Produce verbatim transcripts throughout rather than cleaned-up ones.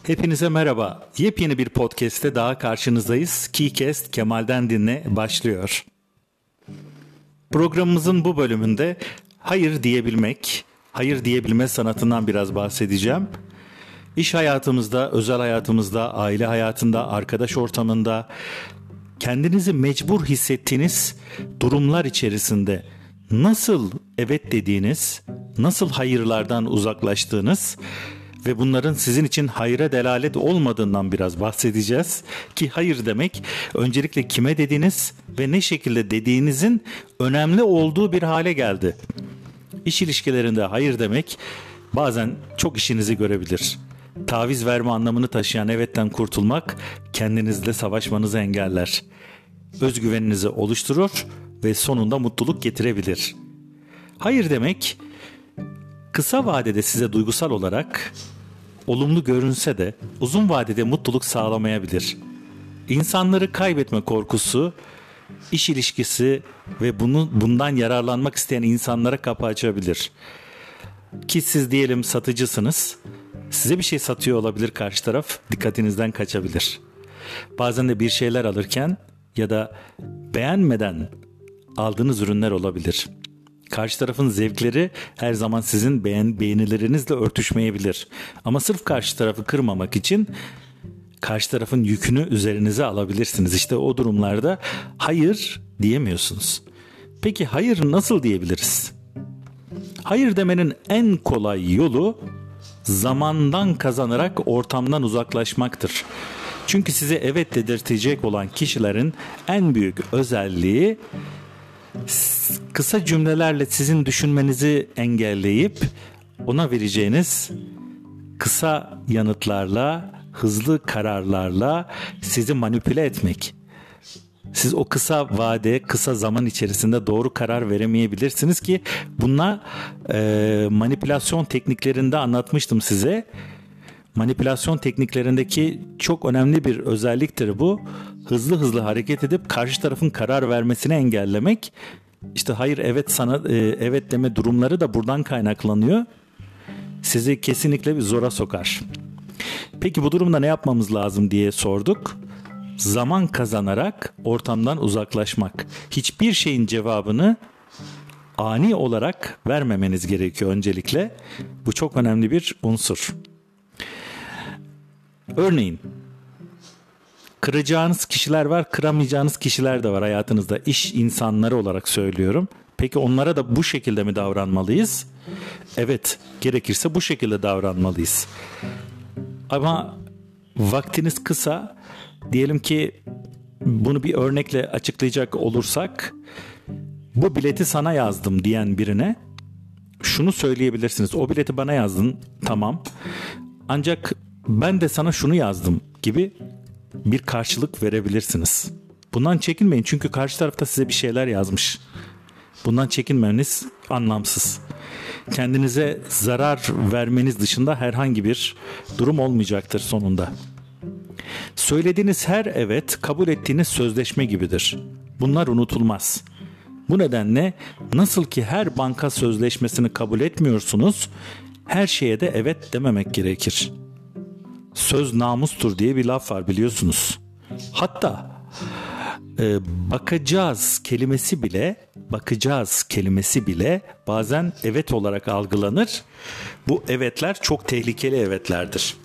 Hepinize merhaba. Yepyeni bir podcast'te daha karşınızdayız. Keycast Kemal'den Dinle başlıyor. Programımızın bu bölümünde hayır diyebilmek, hayır diyebilme sanatından biraz bahsedeceğim. İş hayatımızda, özel hayatımızda, aile hayatında, arkadaş ortamında kendinizi mecbur hissettiğiniz durumlar içerisinde nasıl evet dediğiniz, nasıl hayırlardan uzaklaştığınız ve bunların sizin için hayra delalet olmadığından biraz bahsedeceğiz. Ki hayır demek öncelikle kime dediğiniz ve ne şekilde dediğinizin önemli olduğu bir hale geldi. İş ilişkilerinde hayır demek bazen çok işinizi görebilir. Taviz verme anlamını taşıyan evetten kurtulmak kendinizle savaşmanızı engeller. Özgüveninizi oluşturur ve sonunda mutluluk getirebilir. Hayır demek kısa vadede size duygusal olarak olumlu görünse de uzun vadede mutluluk sağlamayabilir. İnsanları kaybetme korkusu, iş ilişkisi ve bunu bundan yararlanmak isteyen insanlara kapı açabilir. Ki siz diyelim satıcısınız, size bir şey satıyor olabilir karşı taraf, dikkatinizden kaçabilir. Bazen de bir şeyler alırken ya da beğenmeden aldığınız ürünler olabilir. Karşı tarafın zevkleri her zaman sizin beğen, beğenilerinizle örtüşmeyebilir. Ama sırf karşı tarafı kırmamak için karşı tarafın yükünü üzerinize alabilirsiniz. İşte o durumlarda hayır diyemiyorsunuz. Peki hayır nasıl diyebiliriz? Hayır demenin en kolay yolu zamandan kazanarak ortamdan uzaklaşmaktır. Çünkü size evet dedirtecek olan kişilerin en büyük özelliği kısa cümlelerle sizin düşünmenizi engelleyip ona vereceğiniz kısa yanıtlarla, hızlı kararlarla sizi manipüle etmek. Siz o kısa vade, kısa zaman içerisinde doğru karar veremeyebilirsiniz ki bununla e, manipülasyon tekniklerinde anlatmıştım size. Manipülasyon tekniklerindeki çok önemli bir özelliktir bu. Hızlı hızlı hareket edip karşı tarafın karar vermesini engellemek. İşte hayır evet sana e, evet deme durumları da buradan kaynaklanıyor. Sizi kesinlikle bir zora sokar. Peki bu durumda ne yapmamız lazım diye sorduk. Zaman kazanarak ortamdan uzaklaşmak. Hiçbir şeyin cevabını ani olarak vermemeniz gerekiyor öncelikle. Bu çok önemli bir unsur. Örneğin kıracağınız kişiler var, kıramayacağınız kişiler de var hayatınızda. İş insanları olarak söylüyorum. Peki onlara da bu şekilde mi davranmalıyız? Evet, gerekirse bu şekilde davranmalıyız. Ama vaktiniz kısa. Diyelim ki bunu bir örnekle açıklayacak olursak, bu bileti sana yazdım diyen birine şunu söyleyebilirsiniz. O bileti bana yazdın, tamam. Ancak ben de sana şunu yazdım gibi bir karşılık verebilirsiniz. Bundan çekinmeyin çünkü karşı tarafta size bir şeyler yazmış. Bundan çekinmeniz anlamsız. Kendinize zarar vermeniz dışında herhangi bir durum olmayacaktır sonunda. Söylediğiniz her evet kabul ettiğiniz sözleşme gibidir. Bunlar unutulmaz. Bu nedenle nasıl ki her banka sözleşmesini kabul etmiyorsunuz, her şeye de evet dememek gerekir. Söz namustur diye bir laf var biliyorsunuz. Hatta e, bakacağız kelimesi bile, bakacağız kelimesi bile bazen evet olarak algılanır. Bu evetler çok tehlikeli evetlerdir.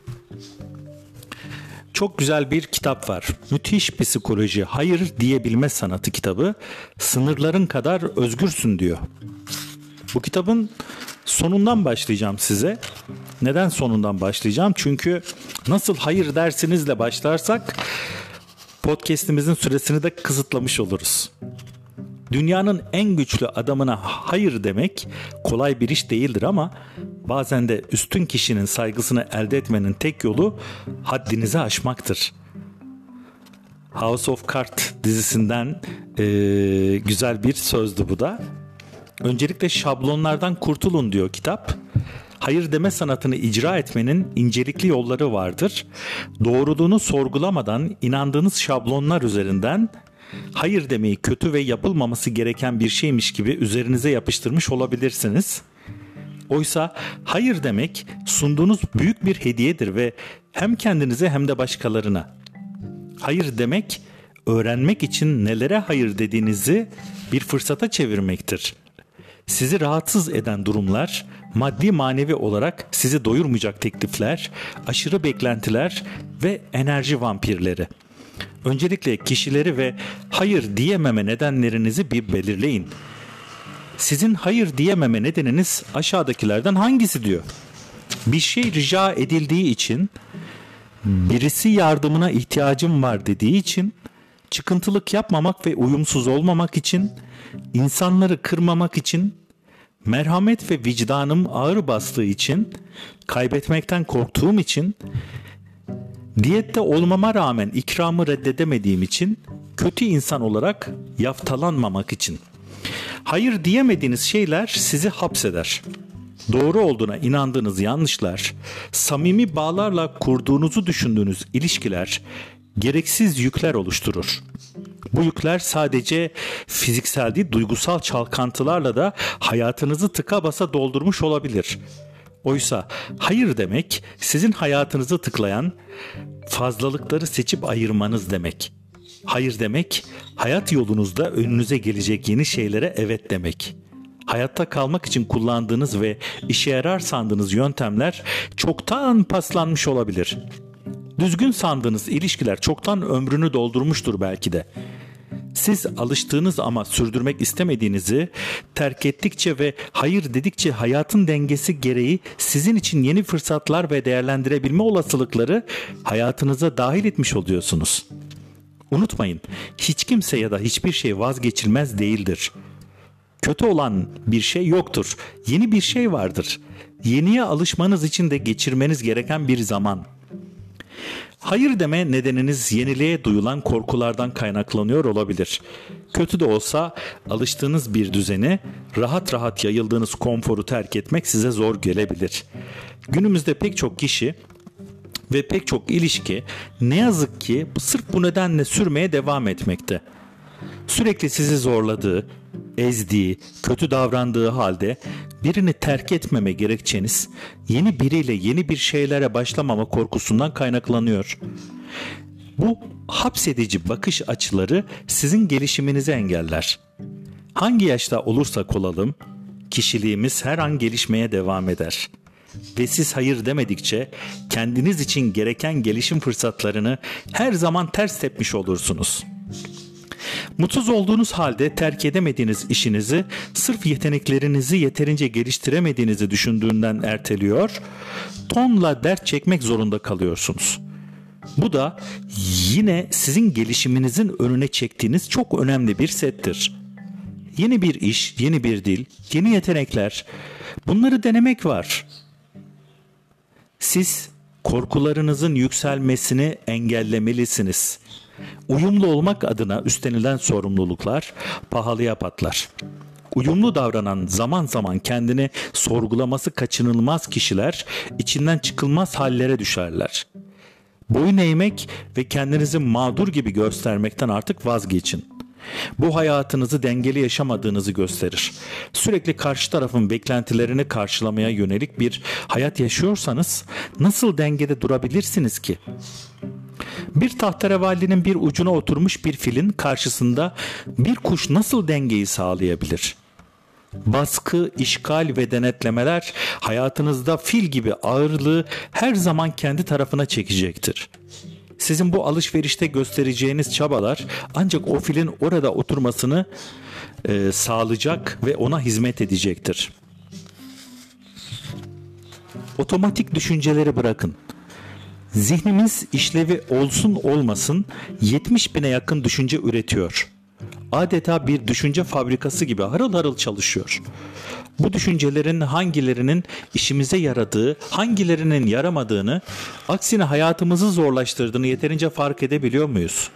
Çok güzel bir kitap var. Müthiş Psikoloji, Hayır Diyebilme Sanatı kitabı. Sınırların kadar özgürsün diyor. Bu kitabın sonundan başlayacağım size. Neden sonundan başlayacağım? Çünkü nasıl hayır dersinizle başlarsak podcast'imizin süresini de kısıtlamış oluruz. Dünyanın en güçlü adamına hayır demek kolay bir iş değildir ama bazen de üstün kişinin saygısını elde etmenin tek yolu haddinizi aşmaktır. House of Cards dizisinden e, güzel bir sözdü bu da. Öncelikle şablonlardan kurtulun diyor kitap. Hayır deme sanatını icra etmenin incelikli yolları vardır. Doğruluğunu sorgulamadan inandığınız şablonlar üzerinden hayır demeyi kötü ve yapılmaması gereken bir şeymiş gibi üzerinize yapıştırmış olabilirsiniz. Oysa hayır demek sunduğunuz büyük bir hediyedir ve Hem kendinize hem de başkalarına. Hayır demek, öğrenmek için nelere hayır dediğinizi bir fırsata çevirmektir. Sizi rahatsız eden durumlar, maddi manevi olarak sizi doyurmayacak teklifler, aşırı beklentiler ve enerji vampirleri. Öncelikle kişileri ve hayır diyememe nedenlerinizi bir belirleyin. Sizin hayır diyememe nedeniniz aşağıdakilerden hangisi diyor? Bir şey rica edildiği için, birisi yardımına ihtiyacım var dediği için, çıkıntılık yapmamak ve uyumsuz olmamak için, insanları kırmamak için, merhamet ve vicdanım ağır bastığı için, kaybetmekten korktuğum için, diyette olmama rağmen ikramı reddedemediğim için, kötü insan olarak yaftalanmamak için. Hayır diyemediğiniz şeyler sizi hapseder. Doğru olduğuna inandığınız yanlışlar, samimi bağlarla kurduğunuzu düşündüğünüz ilişkiler gereksiz yükler oluşturur. Bu yükler sadece fiziksel değil, duygusal çalkantılarla da hayatınızı tıka basa doldurmuş olabilir. Oysa hayır demek sizin hayatınızı tıklayan fazlalıkları seçip ayırmanız demek. Hayır demek hayat yolunuzda önünüze gelecek yeni şeylere evet demek. Hayatta kalmak için kullandığınız ve işe yarar sandığınız yöntemler çoktan paslanmış olabilir. Düzgün sandığınız ilişkiler çoktan ömrünü doldurmuştur belki de. Siz alıştığınız ama sürdürmek istemediğinizi terk ettikçe ve hayır dedikçe hayatın dengesi gereği sizin için yeni fırsatlar ve değerlendirebilme olasılıkları hayatınıza dahil etmiş oluyorsunuz. Unutmayın, hiç kimse ya da hiçbir şey vazgeçilmez değildir. Kötü olan bir şey yoktur. Yeni bir şey vardır. Yeniye alışmanız için de geçirmeniz gereken bir zaman. Hayır deme nedeniniz yeniliğe duyulan korkulardan kaynaklanıyor olabilir. Kötü de olsa alıştığınız bir düzeni, rahat rahat yayıldığınız konforu terk etmek size zor gelebilir. Günümüzde pek çok kişi ve pek çok ilişki ne yazık ki sırf bu nedenle sürmeye devam etmekte. Sürekli sizi zorladığı, ezdiği, kötü davrandığı halde birini terk etmeme gerekçeniz yeni biriyle yeni bir şeylere başlamama korkusundan kaynaklanıyor. Bu hapsedici bakış açıları sizin gelişiminizi engeller. Hangi yaşta olursak olalım, kişiliğimiz her an gelişmeye devam eder. Ve siz hayır demedikçe kendiniz için gereken gelişim fırsatlarını her zaman ters tepmiş olursunuz. Mutsuz olduğunuz halde terk edemediğiniz işinizi sırf yeteneklerinizi yeterince geliştiremediğinizi düşündüğünden erteliyor, tonla dert çekmek zorunda kalıyorsunuz. Bu da yine sizin gelişiminizin önüne çektiğiniz çok önemli bir settir. Yeni bir iş, yeni bir dil, yeni yetenekler, bunları denemek var. Siz korkularınızın yükselmesini engellemelisiniz. Uyumlu olmak adına üstlenilen sorumluluklar pahalıya patlar. Uyumlu davranan, zaman zaman kendini sorgulaması kaçınılmaz kişiler içinden çıkılmaz hallere düşerler. Boyun eğmek ve kendinizi mağdur gibi göstermekten artık vazgeçin. Bu hayatınızı dengeli yaşamadığınızı gösterir. Sürekli karşı tarafın beklentilerini karşılamaya yönelik bir hayat yaşıyorsanız nasıl dengede durabilirsiniz ki? Bir tahterevallinin bir ucuna oturmuş bir filin karşısında bir kuş nasıl dengeyi sağlayabilir? Baskı, işgal ve denetlemeler hayatınızda fil gibi ağırlığı her zaman kendi tarafına çekecektir. Sizin bu alışverişte göstereceğiniz çabalar ancak o filin orada oturmasını e, sağlayacak ve ona hizmet edecektir. Otomatik düşünceleri bırakın. Zihnimiz işlevi olsun olmasın yetmiş bine yakın düşünce üretiyor. Adeta bir düşünce fabrikası gibi harıl harıl çalışıyor. Bu düşüncelerin hangilerinin işimize yaradığı, hangilerinin yaramadığını, aksine hayatımızı zorlaştırdığını yeterince fark edebiliyor muyuz?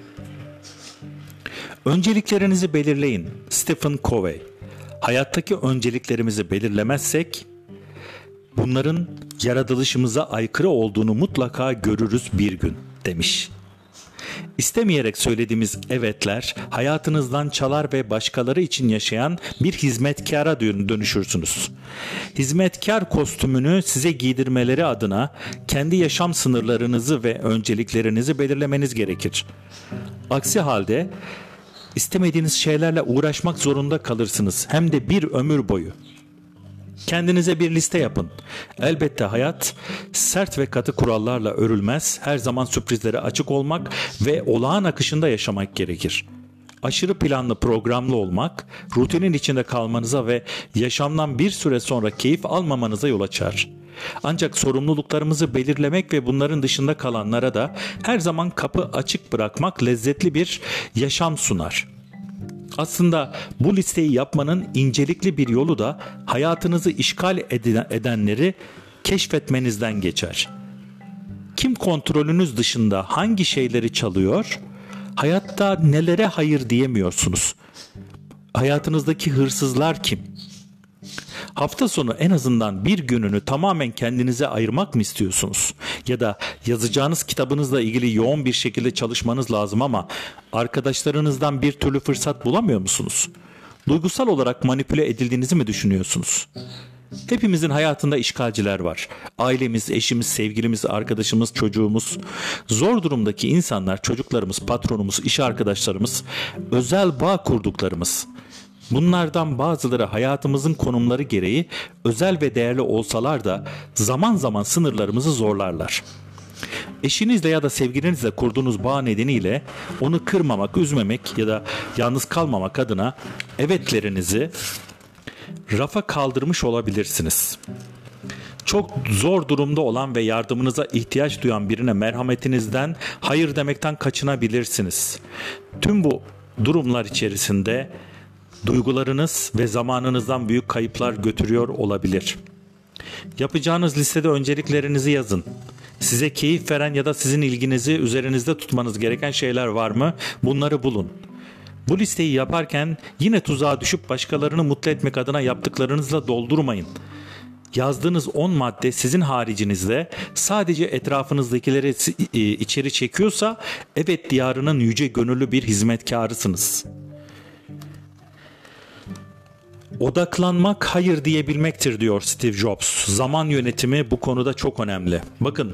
Önceliklerinizi belirleyin. Stephen Covey. Hayattaki önceliklerimizi belirlemezsek, bunların yaratılışımıza aykırı olduğunu mutlaka görürüz bir gün demiş. İstemeyerek söylediğimiz evetler hayatınızdan çalar ve başkaları için yaşayan bir hizmetkara dönüşürsünüz. Hizmetkar kostümünü size giydirmeleri adına kendi yaşam sınırlarınızı ve önceliklerinizi belirlemeniz gerekir. Aksi halde istemediğiniz şeylerle uğraşmak zorunda kalırsınız, hem de bir ömür boyu. Kendinize bir liste yapın. Elbette hayat sert ve katı kurallarla örülmez. Her zaman sürprizlere açık olmak ve olağan akışında yaşamak gerekir. Aşırı planlı, programlı olmak, rutinin içinde kalmanıza ve yaşamdan bir süre sonra keyif almamanıza yol açar. Ancak sorumluluklarımızı belirlemek ve bunların dışında kalanlara da her zaman kapı açık bırakmak lezzetli bir yaşam sunar. Aslında bu listeyi yapmanın incelikli bir yolu da hayatınızı işgal edenleri keşfetmenizden geçer. Kim kontrolünüz dışında hangi şeyleri çalıyor? Hayatta nelere hayır diyemiyorsunuz? Hayatınızdaki hırsızlar kim? Hafta sonu en azından bir gününü tamamen kendinize ayırmak mı istiyorsunuz? Ya da yazacağınız kitabınızla ilgili yoğun bir şekilde çalışmanız lazım ama arkadaşlarınızdan bir türlü fırsat bulamıyor musunuz? Duygusal olarak manipüle edildiğinizi mi düşünüyorsunuz? Hepimizin hayatında işgalciler var. Ailemiz, eşimiz, sevgilimiz, arkadaşımız, çocuğumuz. Zor durumdaki insanlar, çocuklarımız, patronumuz, iş arkadaşlarımız, özel bağ kurduklarımız. Bunlardan bazıları hayatımızın konumları gereği özel ve değerli olsalar da zaman zaman sınırlarımızı zorlarlar. Eşinizle ya da sevgilinizle kurduğunuz bağ nedeniyle onu kırmamak, üzmemek ya da yalnız kalmamak adına evetlerinizi rafa kaldırmış olabilirsiniz. Çok zor durumda olan ve yardımınıza ihtiyaç duyan birine merhametinizden hayır demekten kaçınabilirsiniz. Tüm bu durumlar içerisinde duygularınız ve zamanınızdan büyük kayıplar götürüyor olabilir. Yapacağınız listede önceliklerinizi yazın. Size keyif veren ya da sizin ilginizi üzerinizde tutmanız gereken şeyler var mı? Bunları bulun. Bu listeyi yaparken yine tuzağa düşüp başkalarını mutlu etmek adına yaptıklarınızla doldurmayın. Yazdığınız on madde sizin haricinizde sadece etrafınızdakileri içeri çekiyorsa evet diyarının yüce gönüllü bir hizmetkarısınız. Odaklanmak hayır diyebilmektir diyor Steve Jobs. Zaman yönetimi bu konuda çok önemli. Bakın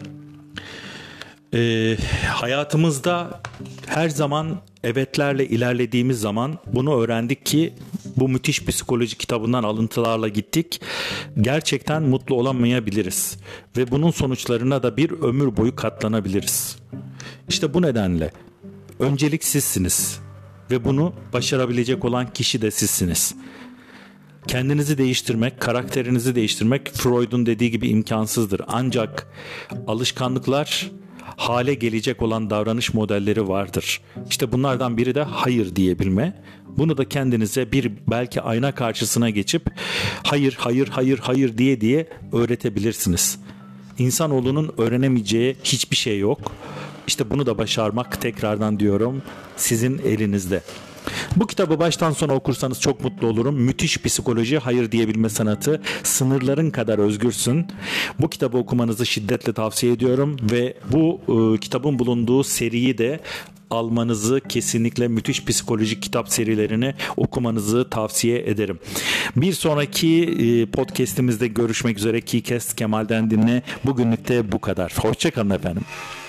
e, hayatımızda her zaman evetlerle ilerlediğimiz zaman bunu öğrendik ki bu müthiş psikoloji kitabından alıntılarla gittik. Gerçekten mutlu olamayabiliriz ve bunun sonuçlarına da bir ömür boyu katlanabiliriz. İşte bu nedenle öncelik sizsiniz ve bunu başarabilecek olan kişi de sizsiniz. Kendinizi değiştirmek, karakterinizi değiştirmek Freud'un dediği gibi imkansızdır. Ancak alışkanlıklar, hale gelecek olan davranış modelleri vardır. İşte bunlardan biri de hayır diyebilme. Bunu da kendinize bir belki ayna karşısına geçip hayır, hayır, hayır, hayır diye diye öğretebilirsiniz. İnsanoğlunun öğrenemeyeceği hiçbir şey yok. İşte bunu da başarmak, tekrardan diyorum, sizin elinizde. Bu kitabı baştan sona okursanız çok mutlu olurum. Müthiş psikoloji, hayır diyebilme sanatı, sınırların kadar özgürsün. Bu kitabı okumanızı şiddetle tavsiye ediyorum ve bu e, kitabın bulunduğu seriyi de almanızı, kesinlikle müthiş psikolojik kitap serilerini okumanızı tavsiye ederim. Bir sonraki e, podcast'imizde görüşmek üzere. Keycast Kemal'den dinle. Bugünlük de bu kadar. Hoşça kalın efendim.